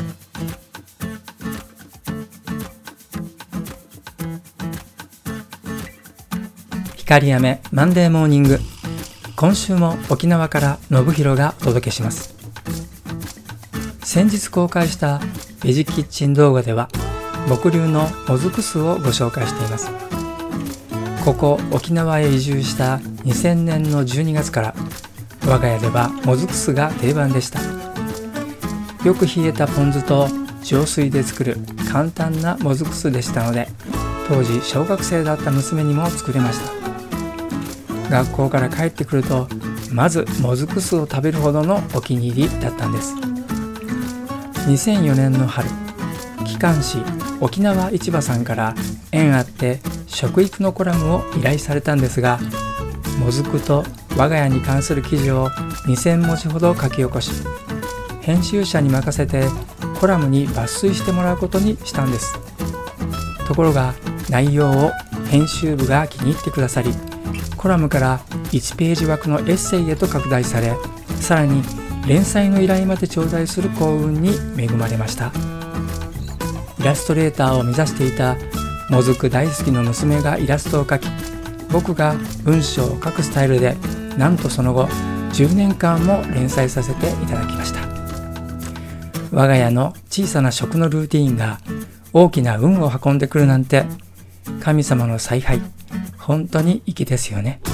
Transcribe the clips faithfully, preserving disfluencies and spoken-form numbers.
光雨マンデーモーニング。今週も沖縄から信弘がお届けします。先日公開したベジキッチン動画では僕流のもずく酢をご紹介しています。ここ沖縄へ移住したにせんねんのじゅうにがつから我が家ではもずく酢が定番でした。よく冷えたポン酢と浄水で作る簡単なもずく酢でしたので、当時小学生だった娘にも作れました。学校から帰ってくるとまずもずく酢を食べるほどのお気に入りだったんです。にせんよねんの春、機関誌沖縄市場さんから縁あって食育のコラムを依頼されたんですが、もずくと我が家に関する記事をにせんもじほど書き起こし、編集者に任せてコラムに抜粋してもらうことにしたんです。ところが内容を編集部が気に入ってくださり、コラムからいちページ枠のエッセイへと拡大され、さらに連載の依頼まで頂戴する幸運に恵まれました。イラストレーターを目指していたもずく大好きの娘がイラストを描き、僕が文章を書くスタイルで、なんとその後じゅうねんかんも連載させていただきました。我が家の小さな食のルーティーンが大きな運を運んでくるなんて、神様の采配、本当に粋ですよね。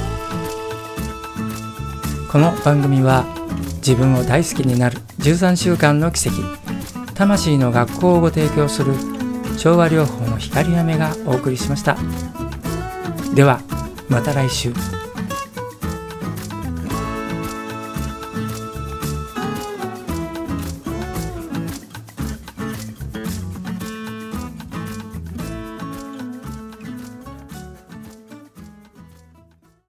この番組は自分を大好きになるじゅうさんしゅうかんの奇跡、魂の学校をご提供する調和療法の光雨がお送りしました。ではまた来週。